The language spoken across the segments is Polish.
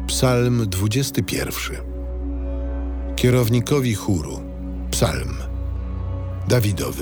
Psalm 21. Kierownikowi chóru. Psalm Dawidowy.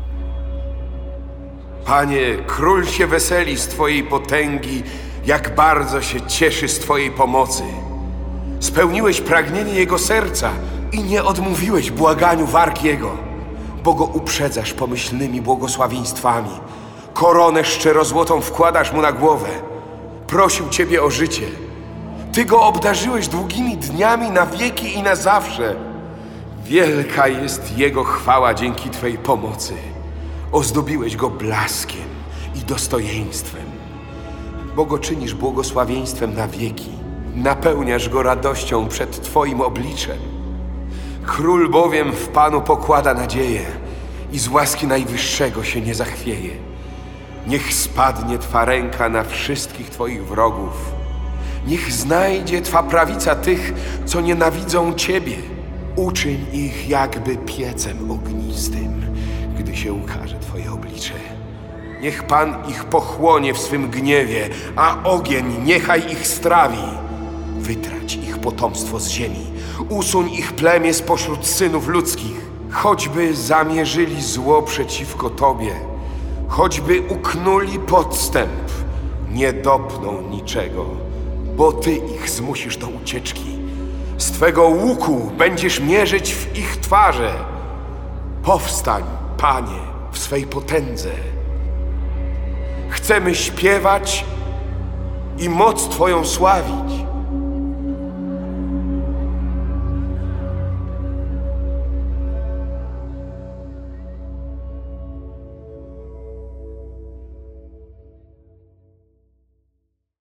Panie, król się weseli z Twojej potęgi, jak bardzo się cieszy z Twojej pomocy. Spełniłeś pragnienie jego serca i nie odmówiłeś błaganiu warg jego, bo go uprzedzasz pomyślnymi błogosławieństwami. Koronę szczerozłotą wkładasz mu na głowę. Prosił Ciebie o życie. Ty go obdarzyłeś długimi dniami na wieki i na zawsze. Wielka jest jego chwała dzięki Twej pomocy. Ozdobiłeś go blaskiem i dostojeństwem, bo go czynisz błogosławieństwem na wieki. Napełniasz go radością przed Twoim obliczem. Król bowiem w Panu pokłada nadzieję i z łaski Najwyższego się nie zachwieje. Niech spadnie Twa ręka na wszystkich Twoich wrogów. Niech znajdzie Twa prawica tych, co nienawidzą Ciebie. Uczyń ich jakby piecem ognistym, gdy się ukaże Twoje oblicze. Niech Pan ich pochłonie w swym gniewie, a ogień niechaj ich strawi. Wytrać ich potomstwo z ziemi, usuń ich plemię spośród synów ludzkich. Choćby zamierzyli zło przeciwko Tobie, choćby uknuli podstęp, nie dopną niczego, bo Ty ich zmusisz do ucieczki. Z Twego łuku będziesz mierzyć w ich twarze. Powstań, Panie, w swej potędze. Chcemy śpiewać i moc Twoją sławić.